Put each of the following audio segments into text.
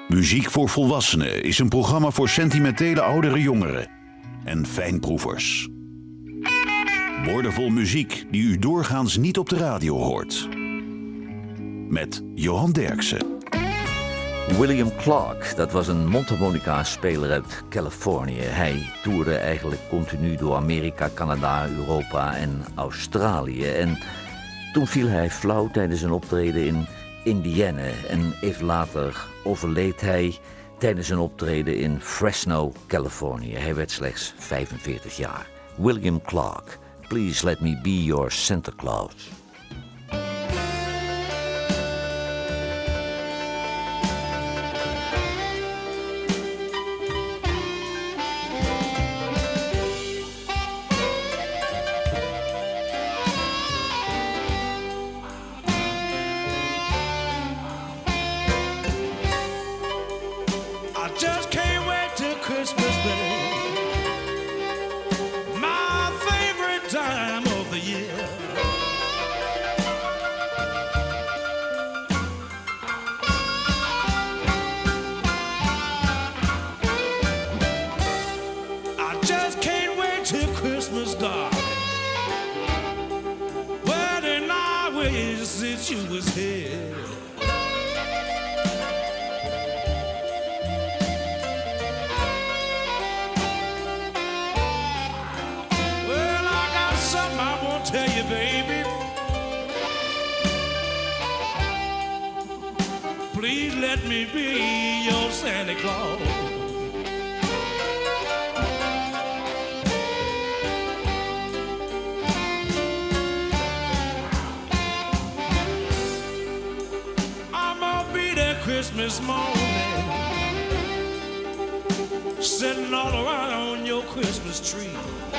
Muziek voor Volwassenen is een programma voor sentimentele oudere jongeren en fijnproevers. Woordenvol muziek die u doorgaans niet op de radio hoort. Met Johan Derksen. William Clark, dat was een mondharmonica-speler uit Californië. Hij toerde eigenlijk continu door Amerika, Canada, Europa en Australië. En toen viel hij flauw tijdens een optreden in Indiana. En even later overleed hij tijdens een optreden in Fresno, Californië. Hij werd slechts 45 jaar. William Clark, Please Let Me Be Your Santa Claus. Please let me be your Santa Claus. I'm gonna be there Christmas morning, sitting all around your Christmas tree.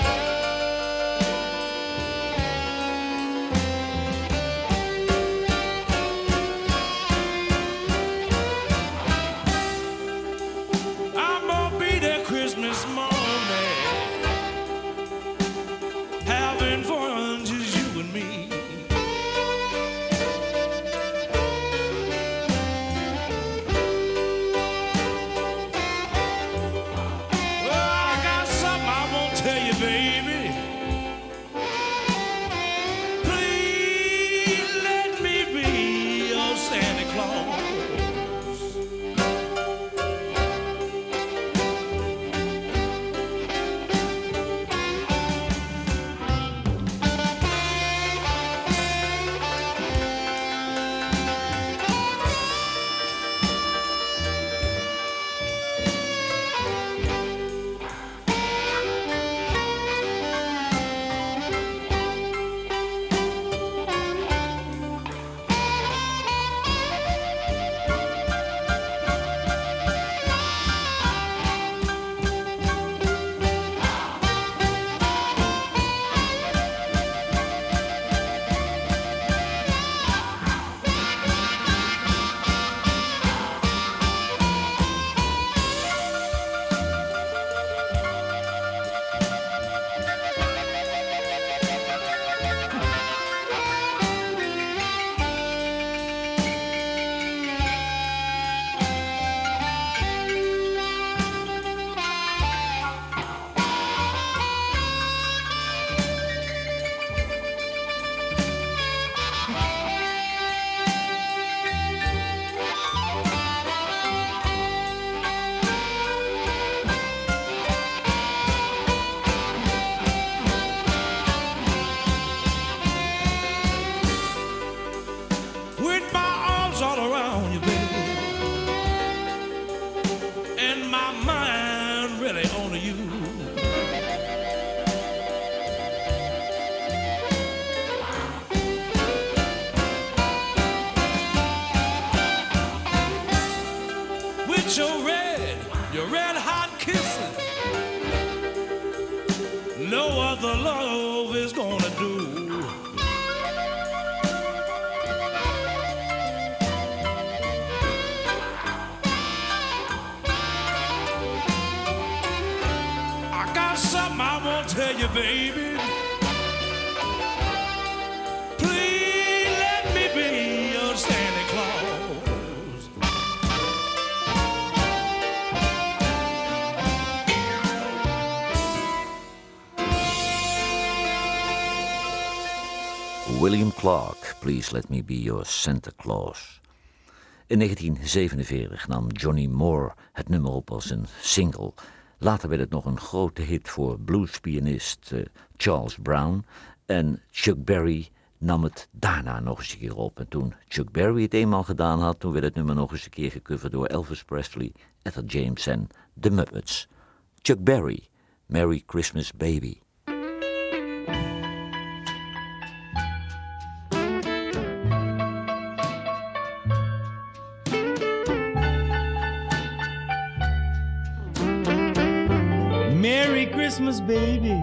Your red hot kissing, no other love is gonna do. I got something I want to tell you, baby. Please let me be your Santa Claus. William Clark, Please Let Me Be Your Santa Claus. In 1947 nam Johnny Moore het nummer op als een single. Later werd het nog een grote hit voor bluespianist Charles Brown. En Chuck Berry nam het daarna nog eens een keer op. En toen Chuck Berry het eenmaal gedaan had, toen werd het nummer nog eens een keer gecoverd door Elvis Presley, Etta James en The Muppets. Chuck Berry, Merry Christmas Baby. Merry Christmas, baby.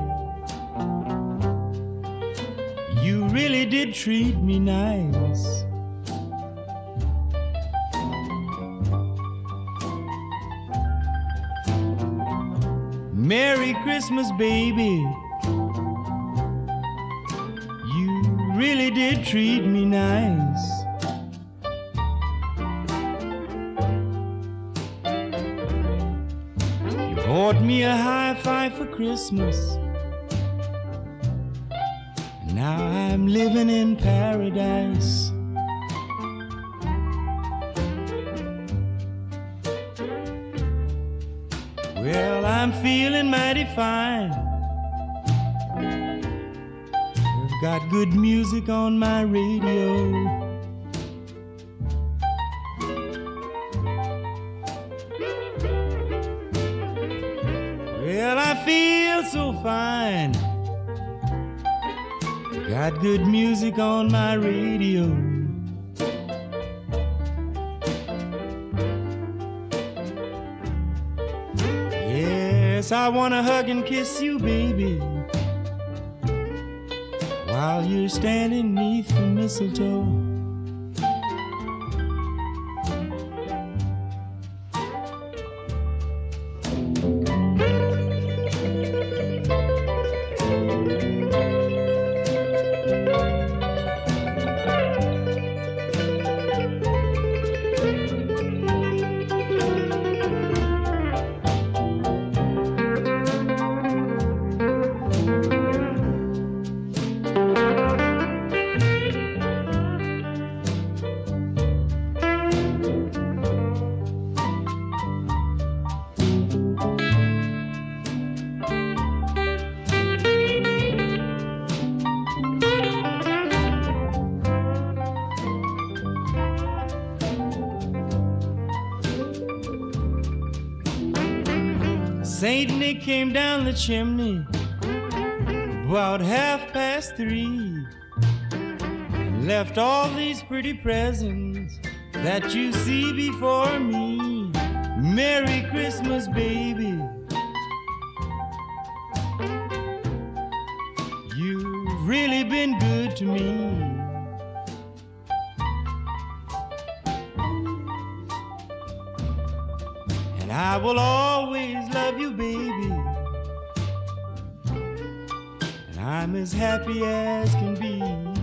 You really did treat me nice. Merry Christmas, baby. You really did treat me nice. Bought me a hi-fi for Christmas. Now I'm living in paradise. Well, I'm feeling mighty fine. I've got good music on my radio. Well, I feel so fine. Got good music on my radio. Yes, I wanna hug and kiss you, baby, while you're standing beneath the mistletoe. Saint Nick came down the chimney about 3:30 and left all these pretty presents that you see before me. Merry Christmas, baby. You've really been good to me. And I will always love you, baby. And I'm as happy as can be.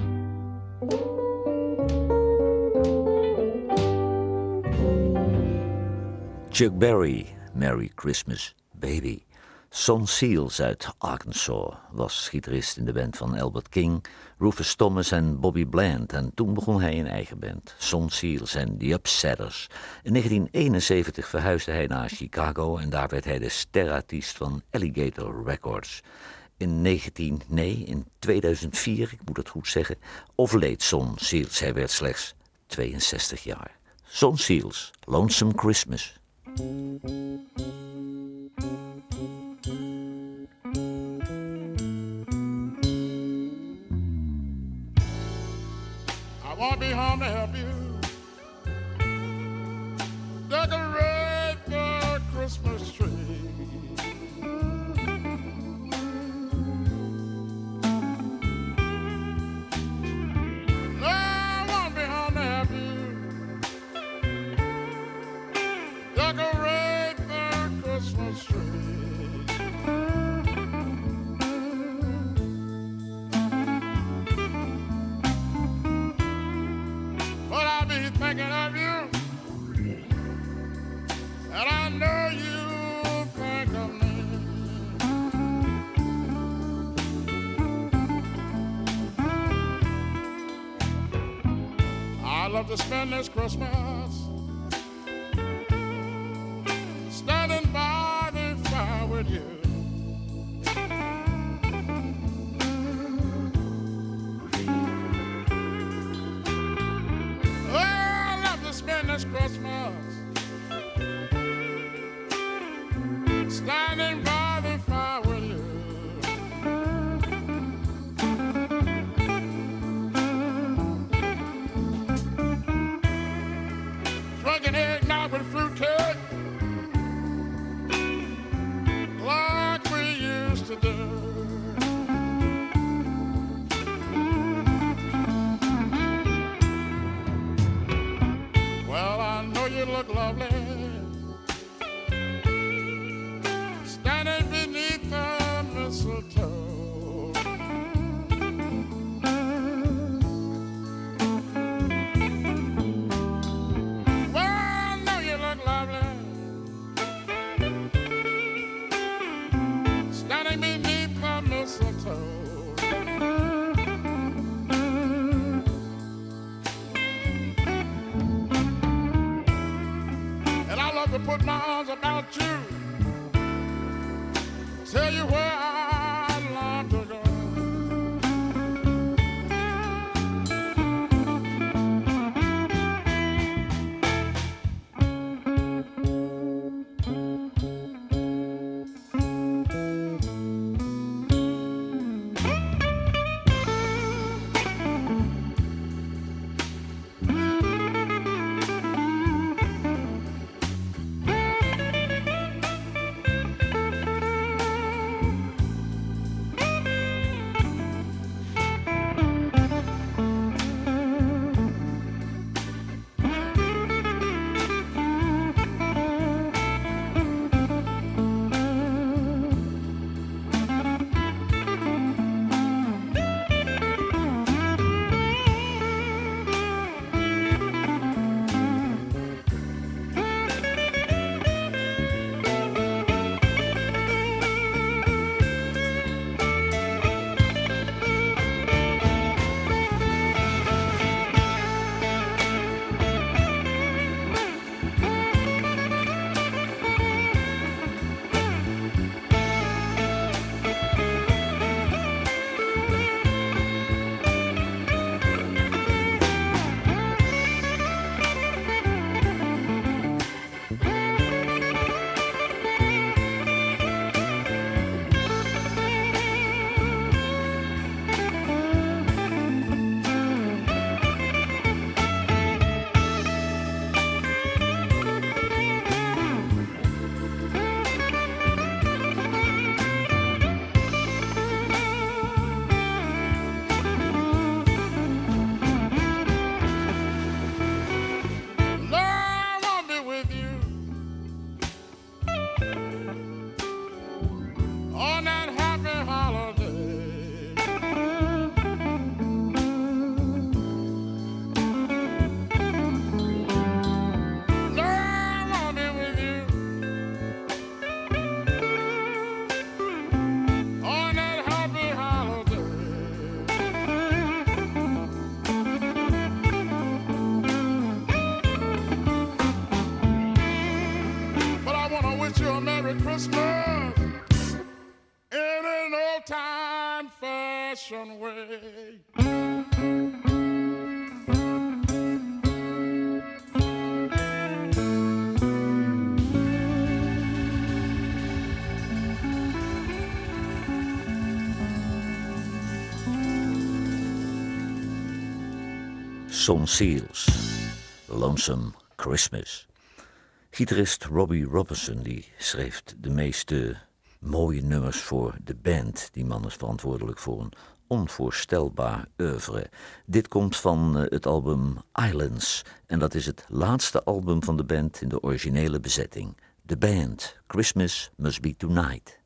Chuck Berry, Merry Christmas Baby. Son Seals uit Arkansas was gitarist in de band van Albert King, Rufus Thomas en Bobby Bland. En toen begon hij een eigen band, Son Seals en The Upsetters. In 1971 verhuisde hij naar Chicago en daar werd hij de sterartiest van Alligator Records. In 2004, ik moet het goed zeggen, overleed Son Seals. Hij werd slechts 62 jaar. Son Seals, Lonesome Christmas. I won't be home to help you decorate the Christmas tree. No, I won't be home to help you decorate the Christmas tree. Thinking of you, and I know you think of me. love to spend this Christmas standing by the fire with you. Oh, I love to spend this Christmas standing by the fire with you. Drinking eggnog with fruitcake like we used to do. Well, I know you look lovely standing beneath the mistletoe. To put my arms about you, tell you where I long to go. Christmas in an old-time fashion way. Son Seals, Lonesome Christmas. Gitarist Robbie Robertson die schreef de meeste mooie nummers voor de band. Die man is verantwoordelijk voor een onvoorstelbaar oeuvre. Dit komt van het album Islands. En dat is het laatste album van de band in de originele bezetting. The Band, Christmas Must Be Tonight.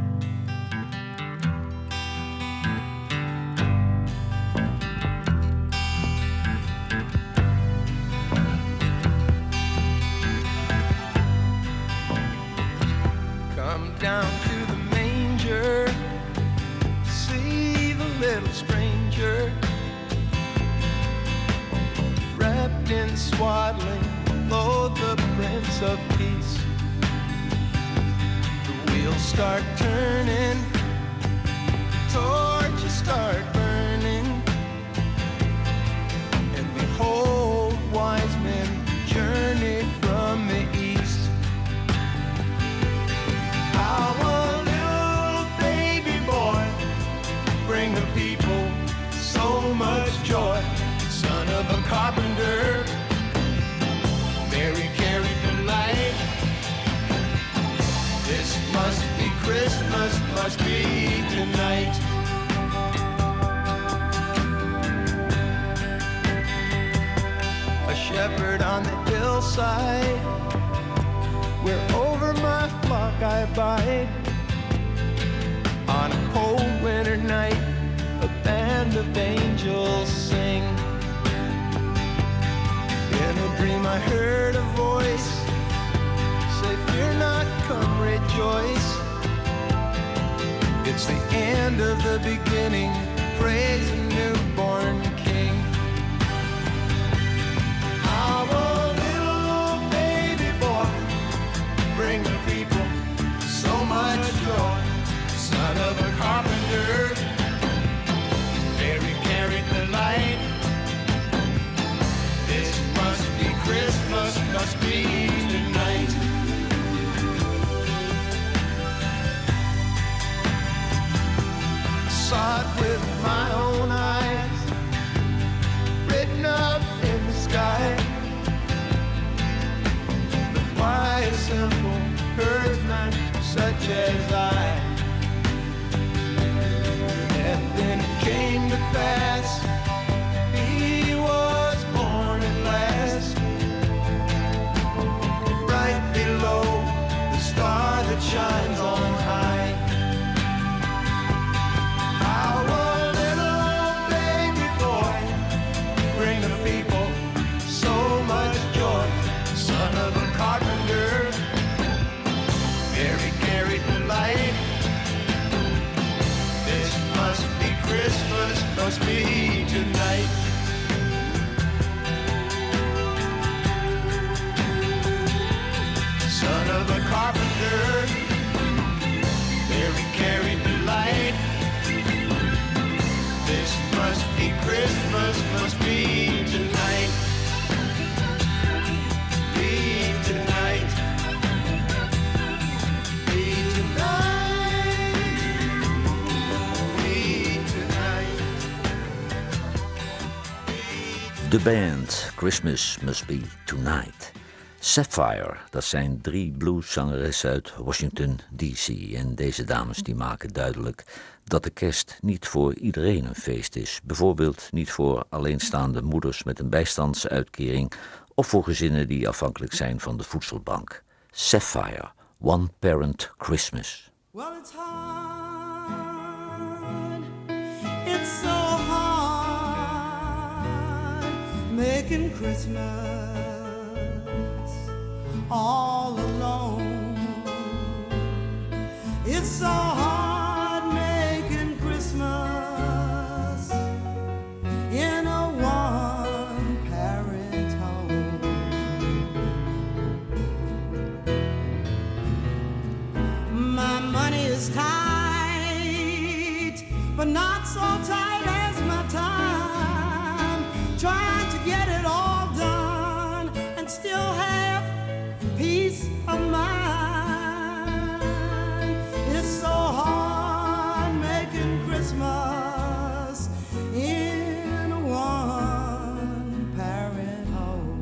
Down to the manger, see the little stranger wrapped in swaddling, lo, the Prince of Peace. The wheels start turning, torches start burning, and behold, wise men journey from the east. How a little baby boy bring the people so much joy. Son of a carpenter, Mary carried the light. This must be Christmas, must be tonight. A shepherd on the hillside, where over my flock I abide. On a cold winter night, a band of angels sing. In a dream I heard a voice say, fear not, come rejoice. It's the end of the beginning, praise a newborn King. How a little baby boy bring the people so much joy. Son of a carpenter, Mary carried the light. This must be Christmas, must be tonight. Saw it with my own eyes, written up in the sky. The quiet, simple herdsman, such as I. And then it came to pass, he was born at last, right below the star that shines on high. How a little baby boy bring the people so much joy. Son of a carpenter, Mary carried the light. This must be Christmas, must be tonight. Son of a carpenter, Mary carried the light. This must be Christmas, must be tonight. Be tonight. Be tonight. Be tonight. De band Christmas Must Be Tonight. Sapphire, dat zijn 3 blueszangeressen uit Washington D.C. En deze dames die maken duidelijk dat de kerst niet voor iedereen een feest is. Bijvoorbeeld niet voor alleenstaande moeders met een bijstandsuitkering of voor gezinnen die afhankelijk zijn van de voedselbank. Sapphire, One Parent Christmas. Well, it's hard. It's so hard making Christmas all alone. It's so hard making Christmas in a one-parent home. My money is tight, but not so tight as my time. Trying to get it all done and still have peace of mind. It's so hard making Christmas in a one-parent home.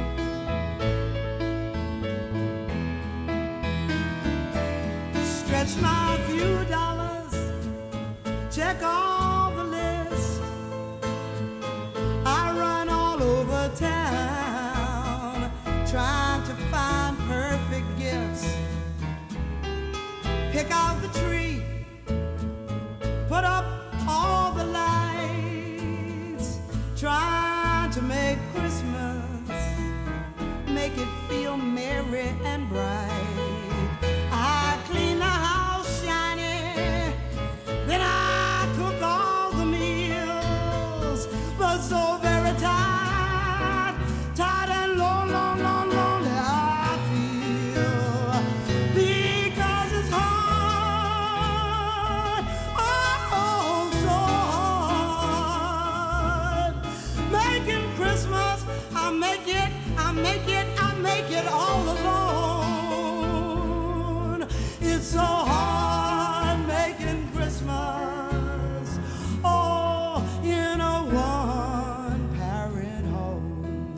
Stretch my few dollars, check all the list. I run all over town, trying to find perfect gifts. Pick out the tree, put up all the lights, trying to make Christmas, make it feel merry and bright. I clean the house shiny, then I cook all the meals, but so very tired it all alone. It's so hard making Christmas, oh, in a one-parent home.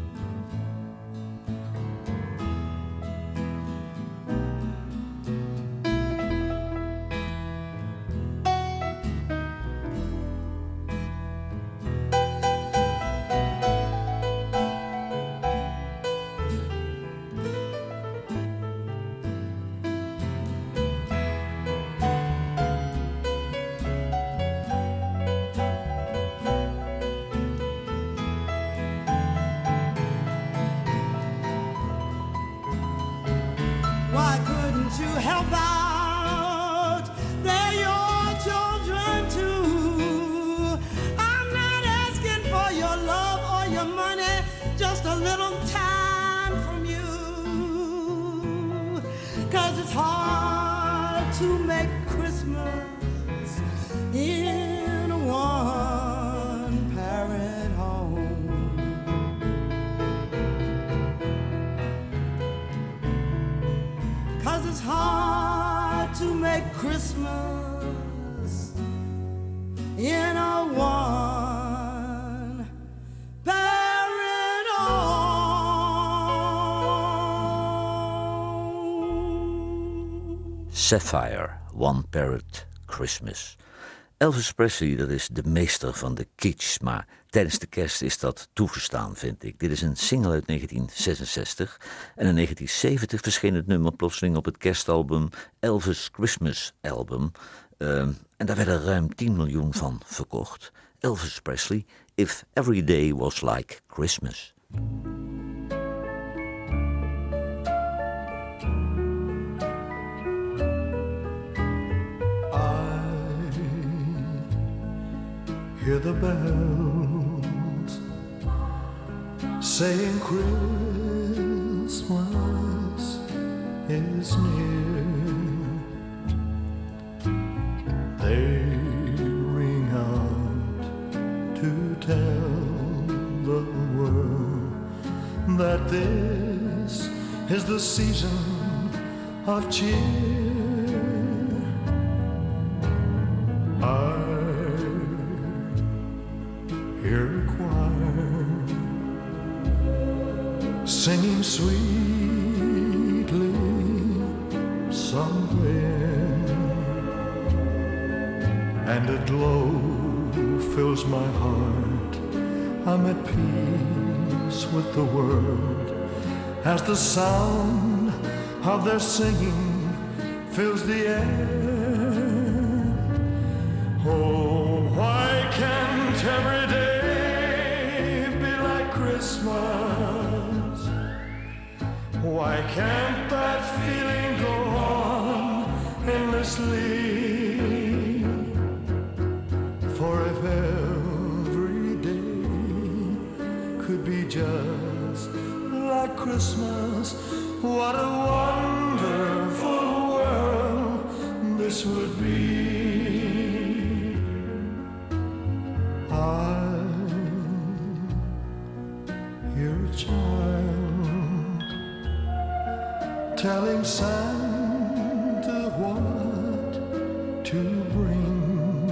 Why couldn't you help out? They're your children too. I'm not asking for your love or your money, just a little time from you. 'Cause it's hard to make Christmas in a one-parent home. Cause it's hard to make Christmas in a one-parent home. Sapphire, One Parent Christmas. Elvis Presley, dat is de meester van de kitsch, maar tijdens de kerst is dat toegestaan, vind ik. Dit is een single uit 1966 en in 1970 verscheen het nummer plotseling op het kerstalbum Elvis Christmas Album. En daar werden ruim 10 miljoen van verkocht. Elvis Presley, If Every Day Was Like Christmas. Hear the bells saying Christmas is near. They ring out to tell the world that this is the season of cheer. Hear a choir singing sweetly somewhere, and a glow fills my heart. I'm at peace with the world as the sound of their singing fills the air. Oh, why can't every day be like Christmas? Why can't that feeling go on endlessly? For if every day could be just like Christmas, what a wonderful world this would be. I hear a child telling Santa what to bring,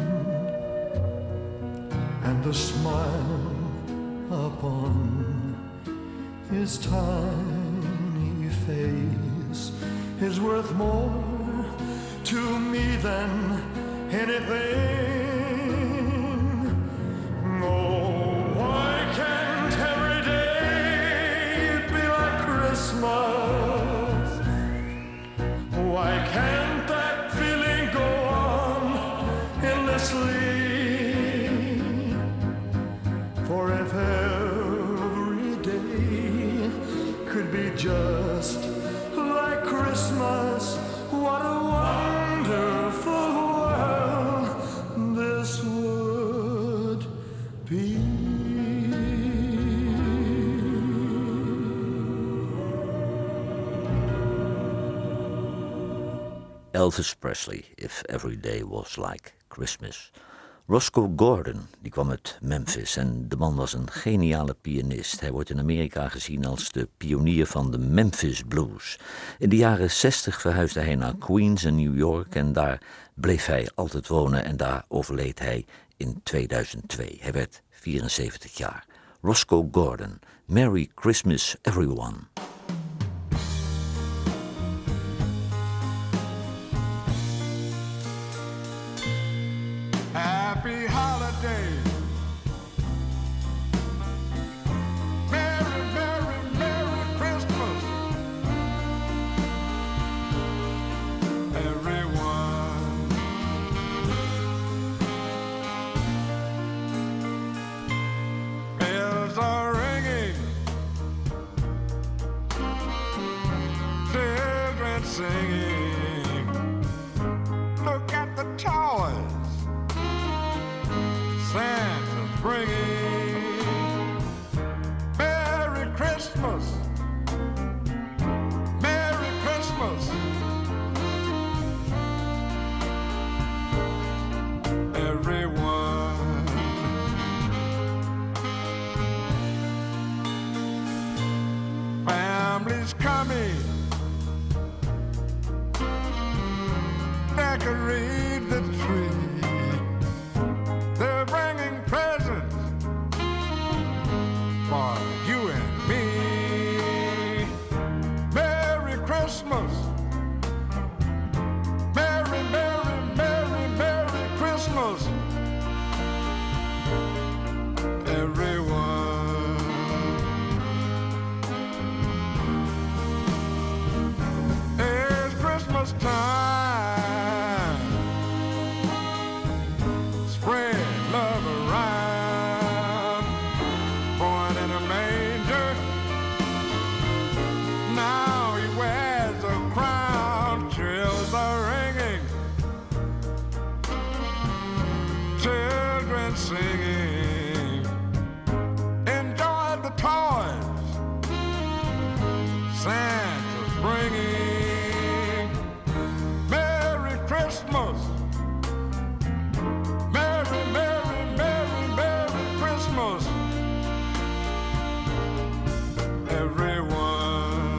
and the smile upon his tiny face is worth more to me than anything. Why can't that feeling go on endlessly? For if every day could be just like Christmas, what a wonderful world this would be. Elvis Presley, If Every Day Was Like Christmas. Roscoe Gordon, die kwam uit Memphis en de man was een geniale pianist. Hij wordt in Amerika gezien als de pionier van de Memphis Blues. In de jaren 60 verhuisde hij naar Queens in New York en daar bleef hij altijd wonen en daar overleed hij in 2002. Hij werd 74 jaar. Roscoe Gordon, Merry Christmas Everyone. Happy holiday. Merry, Merry, Merry Christmas. Everyone. Bells are ringing. Children singing. Look at the towers. Santa's bringing. Merry Christmas. Merry Christmas. Everyone. Families coming. Decorate the tree. They're bringing presents for you and me. Merry Christmas. Merry, Merry, Merry, Merry Christmas. Everyone. It's Christmas time. Singing, enjoy the toys Santa's bringing. Merry Christmas. Merry, Merry, Merry, Merry Christmas. Everyone.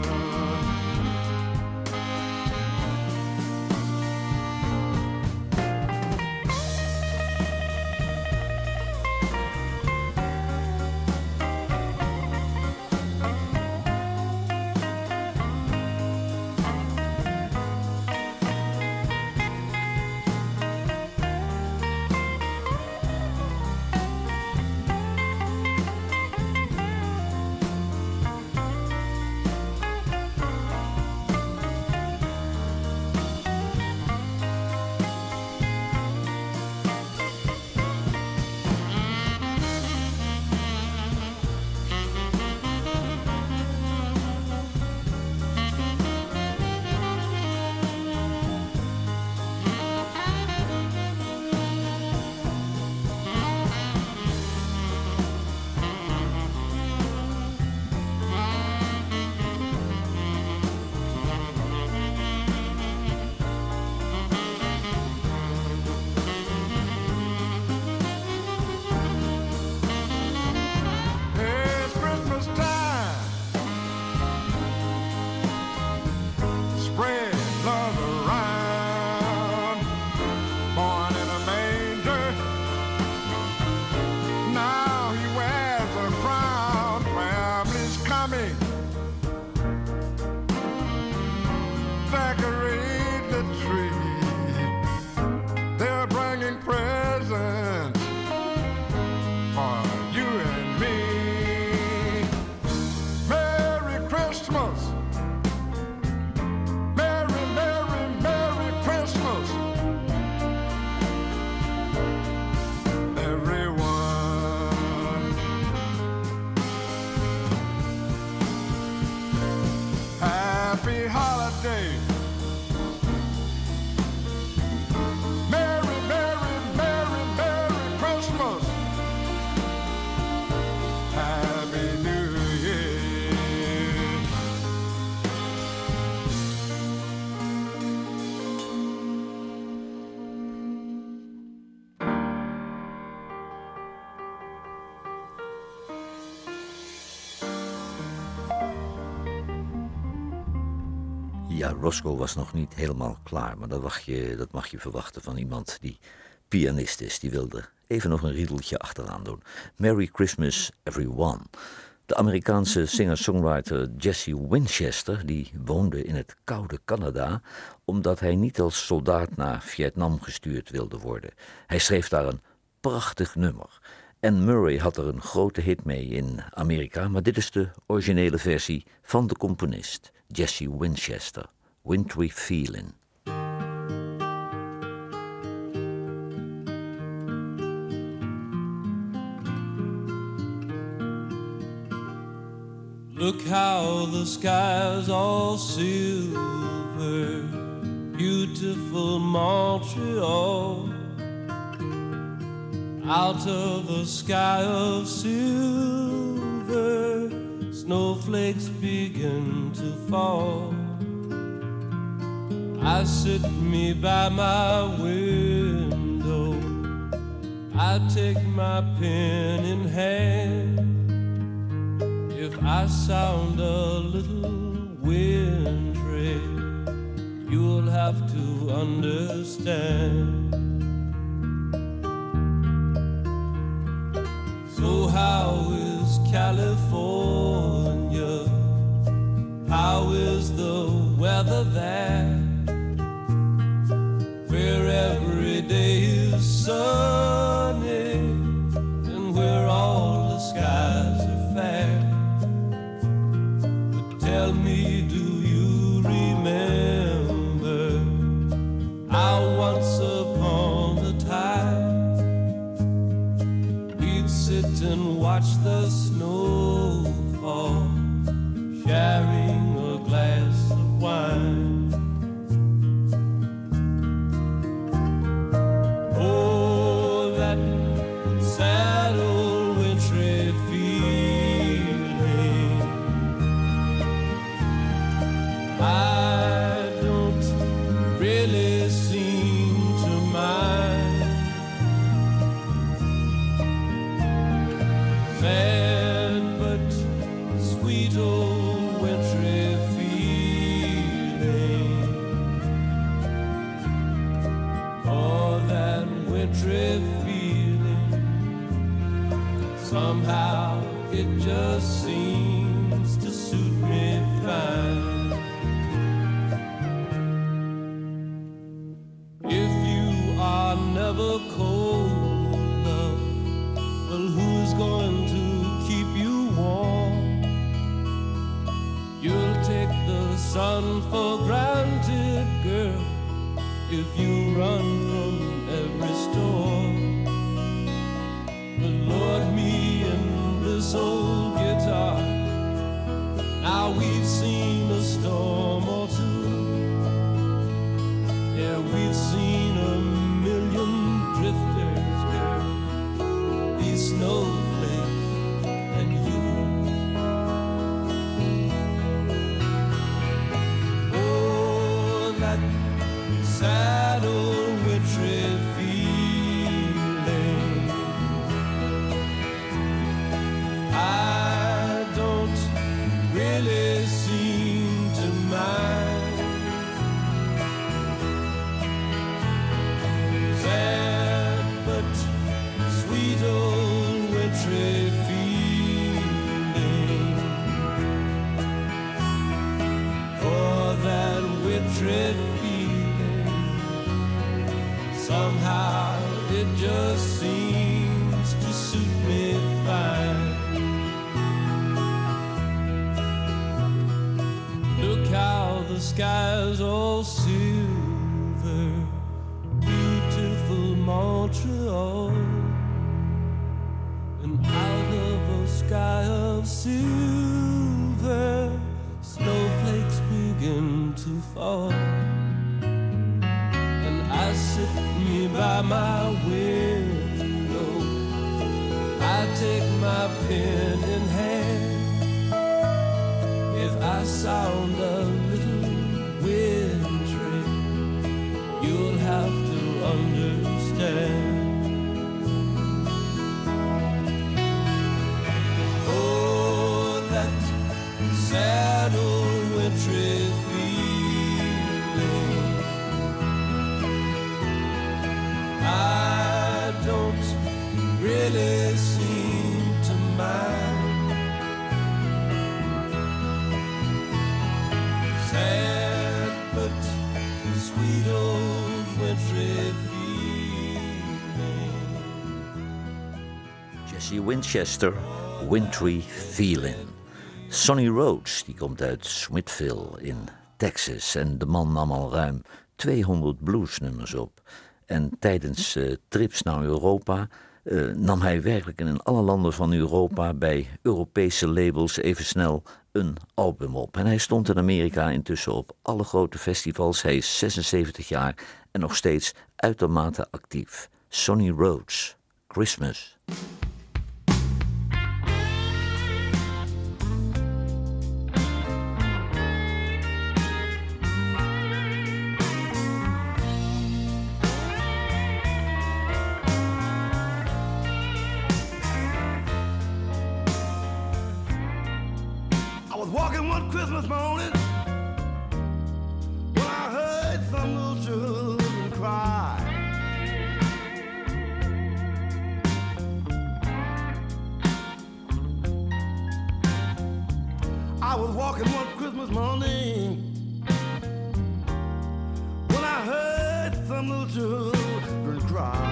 Ja, Roscoe was nog niet helemaal klaar, maar dat mag je verwachten van iemand die pianist is. Die wilde even nog een riedeltje achteraan doen. Merry Christmas, Everyone. De Amerikaanse singer-songwriter Jesse Winchester die woonde in het koude Canada omdat hij niet als soldaat naar Vietnam gestuurd wilde worden. Hij schreef daar een prachtig nummer. En Murray had er een grote hit mee in Amerika, maar dit is de originele versie van de componist Jesse Winchester, Wintry Feelin'. Look how the sky's all silver, beautiful Montreal. Out of a sky of silver, snowflakes begin to fall. I sit me by my window, I take my pen in hand. If I sound a little wintry, you'll have to understand. So how is California? How is the weather there? Where every day is sunny and where all the skies are fair. But tell me, do you remember how once upon a time sit and watch the snow fall, sharing a glass of wine? Oh, that sad old wintry feeling. I don't really seem to mind. Sad but sweet old wintry feeling. Oh, that wintry feeling. Somehow it just seems to suit me fine. If you are never cold, love, well, who's going to keep you warm? You'll take the sun for granted, girl, if you run from every storm. But Lord, me and this old guitar, now we've seen a storm or two. Yeah, we've seen a million drifters, girl, these snowflakes and you. Oh, that sad old wintry feeling. I don't really seem to mind. Sad but sweet old wintry feeling. Oh, that wintry feeling. Somehow it just seems to suit me fine. Look how the sky's all silver, beautiful Montreal. And out of a sky of silver, snowflakes begin to fall. And I sit me by my window, I take my pen in hand. If I sound a little wintry, you'll have to understand. Oh, that sad old wintry feeling. really seem to mind. Sad but sweet old wintry feeling. Jesse Winchester, Wintry Feeling. Sonny Rhodes, die komt uit Smithville in Texas. En de man nam al ruim 200 bluesnummers op. En tijdens trips naar Europa nam hij werkelijk in alle landen van Europa bij Europese labels even snel een album op. En hij stond in Amerika intussen op alle grote festivals. Hij is 76 jaar en nog steeds uitermate actief. Sonny Rhodes, Christmas. Walking one Christmas morning when I heard some little children cry. I was walking one Christmas morning when I heard some little children cry.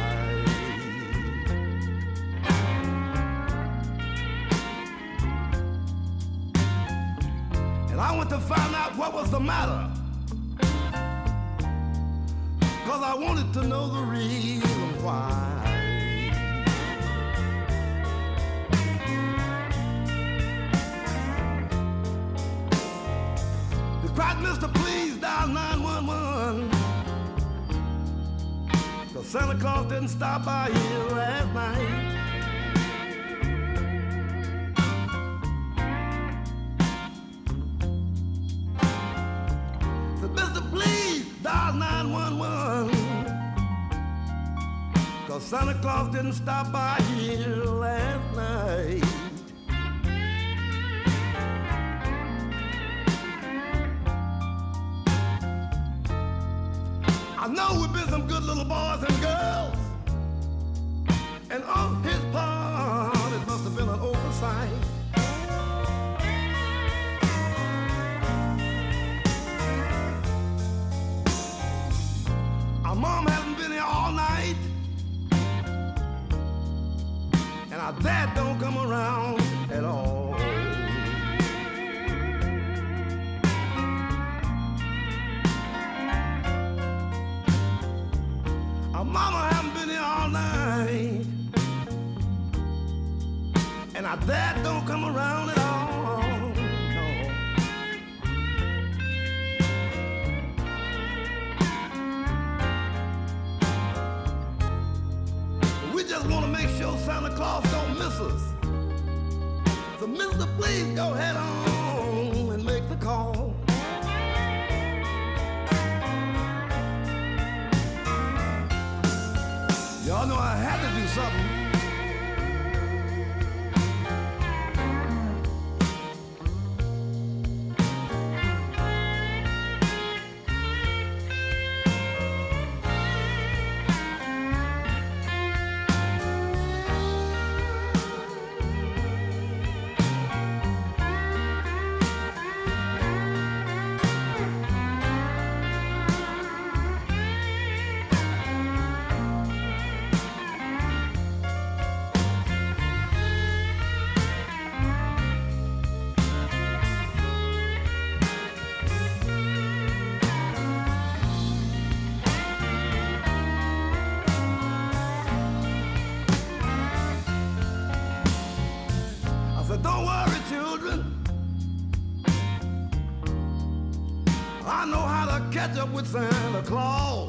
And I went to find out what was the matter, 'cause I wanted to know the reason why. They cried, "Mister, please dial 911, 'cause Santa Claus didn't stop by here last night." Santa Claus didn't stop by here last night. I know we've been some good little boys and girls, and on his part it must have been an oversight. Our mom hasn't been here all night, and our dad don't come around at all. Our mama hasn't been here all night, and our dad don't come around at all. No. We just want to make sure Santa Claus don't miss us. So mister, please go head on and make the call. Y'all know I had to do something. Don't worry, children. I know how to catch up with Santa Claus.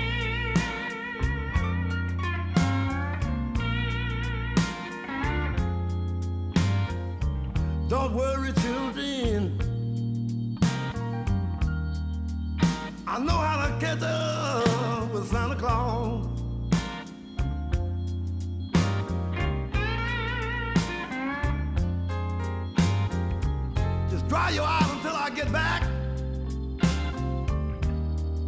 Don't worry, children. I know how to catch up with Santa Claus. Dry your eyes until I get back.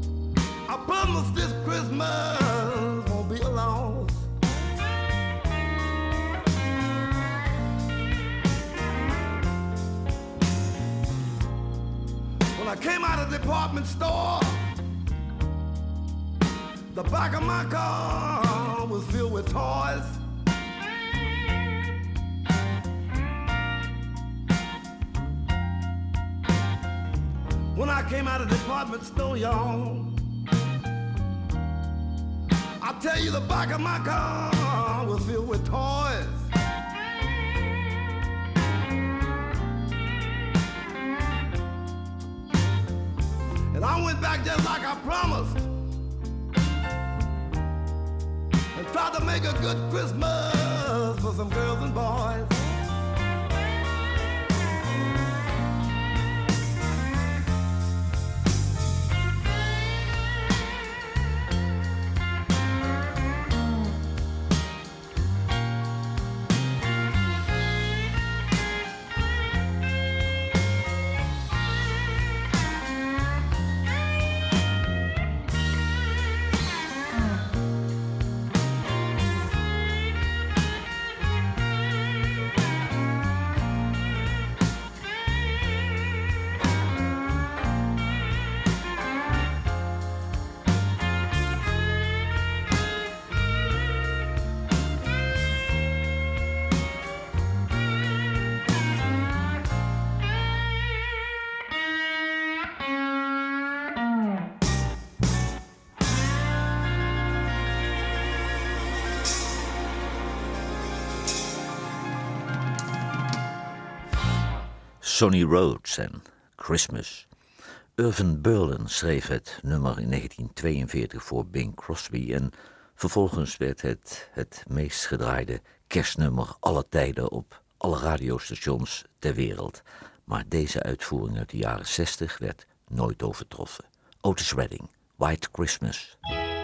I promise this Christmas won't be a loss. I came out of the department store, the back of my car was filled with toys. When I came out of the department store, y'all, I tell you, the back of my car was filled with toys. And I went back just like I promised and tried to make a good Christmas for some girls and boys. Sonny Rhodes en Christmas. Irvin Berlin schreef het nummer in 1942 voor Bing Crosby en vervolgens werd het meest gedraaide kerstnummer aller tijden op alle radiostations ter wereld. Maar deze uitvoering uit de jaren 60 werd nooit overtroffen. Otis Redding, White Christmas.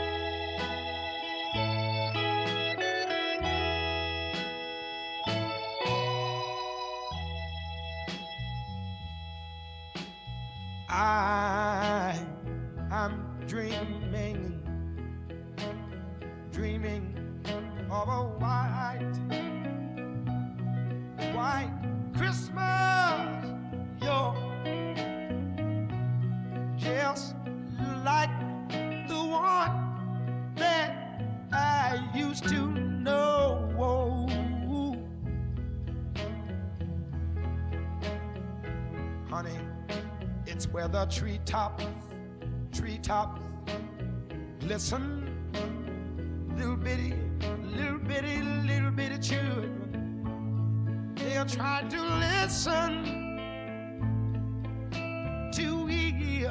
I'm dreaming of a white Christmas. You're just like the one that I used to know. Honey, it's where the treetops glisten. Little bitty children, they'll try to listen to hear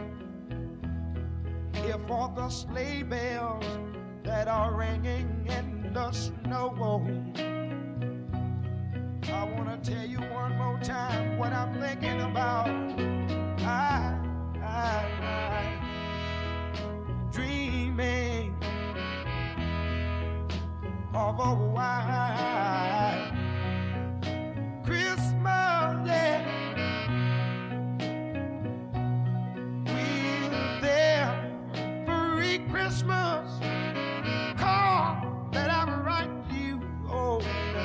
for the sleigh bells that are ringing in the snow. I wanna tell you one more time what I'm thinking about. I dreaming of a white Christmas, yeah, with every Christmas card that I write you. Oh,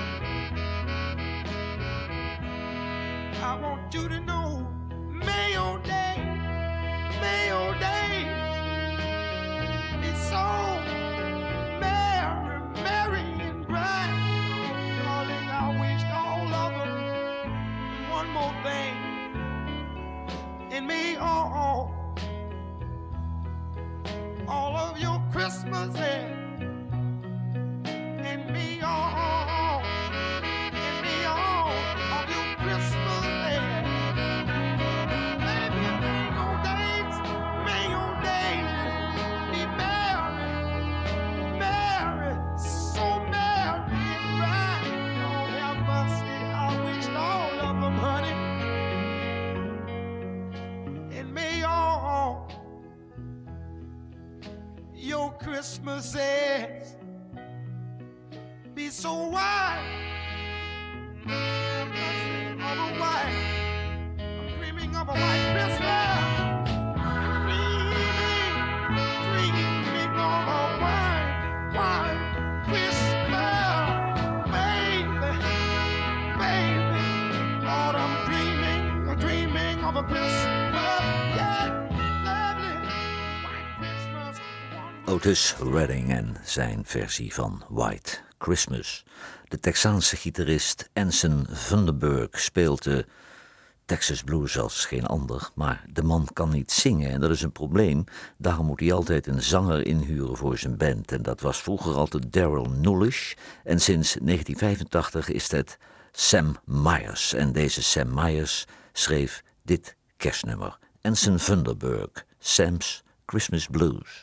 I want you to know, Mayo Day, it's so merry and bright. Darling, I wish all of them one more thing in me, all of your Christmases, in me, all of your Christmases. Baby, Mayo days, be merry, so merry and bright. Lord have mercy, I wish all of them, honey, and may all your Christmases be so white. I'm dreaming of a white Christmas. Dreaming of a white Christmas. Baby, Lord, I'm dreaming of a Christmas. Otis Redding en zijn versie van White Christmas. De Texaanse gitarist Anson Funderburk speelt de Texas Blues als geen ander, maar de man kan niet zingen en dat is een probleem. Daarom moet hij altijd een zanger inhuren voor zijn band. En dat was vroeger altijd Daryl Nulish en sinds 1985 is het Sam Myers. En deze Sam Myers schreef dit kerstnummer. Anson Funderburk, Sam's Christmas Blues.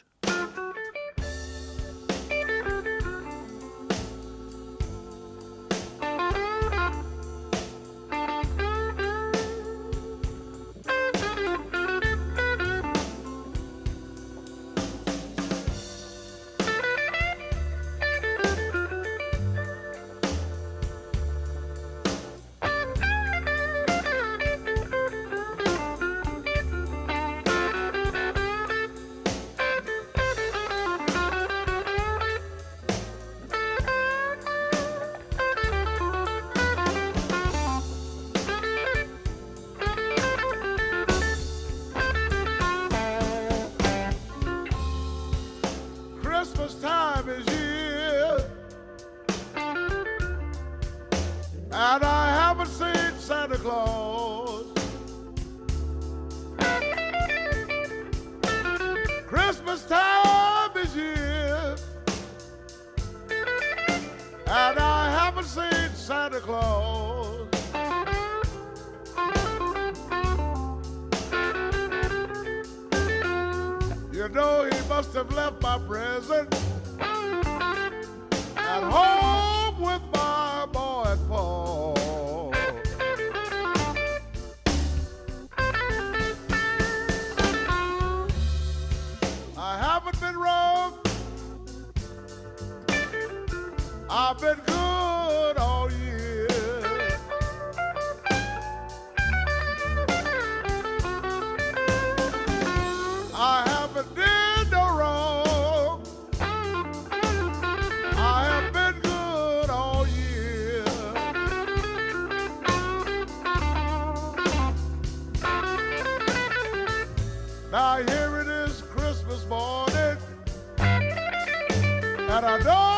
And I haven't seen Santa Claus. Christmas time is here, and I haven't seen Santa Claus. You know he must have left my present at home with my boy Paul. I haven't been wrong. I've been good all year. I haven't did no wrong. I have been good all year. Now here it is Christmas morning, and I know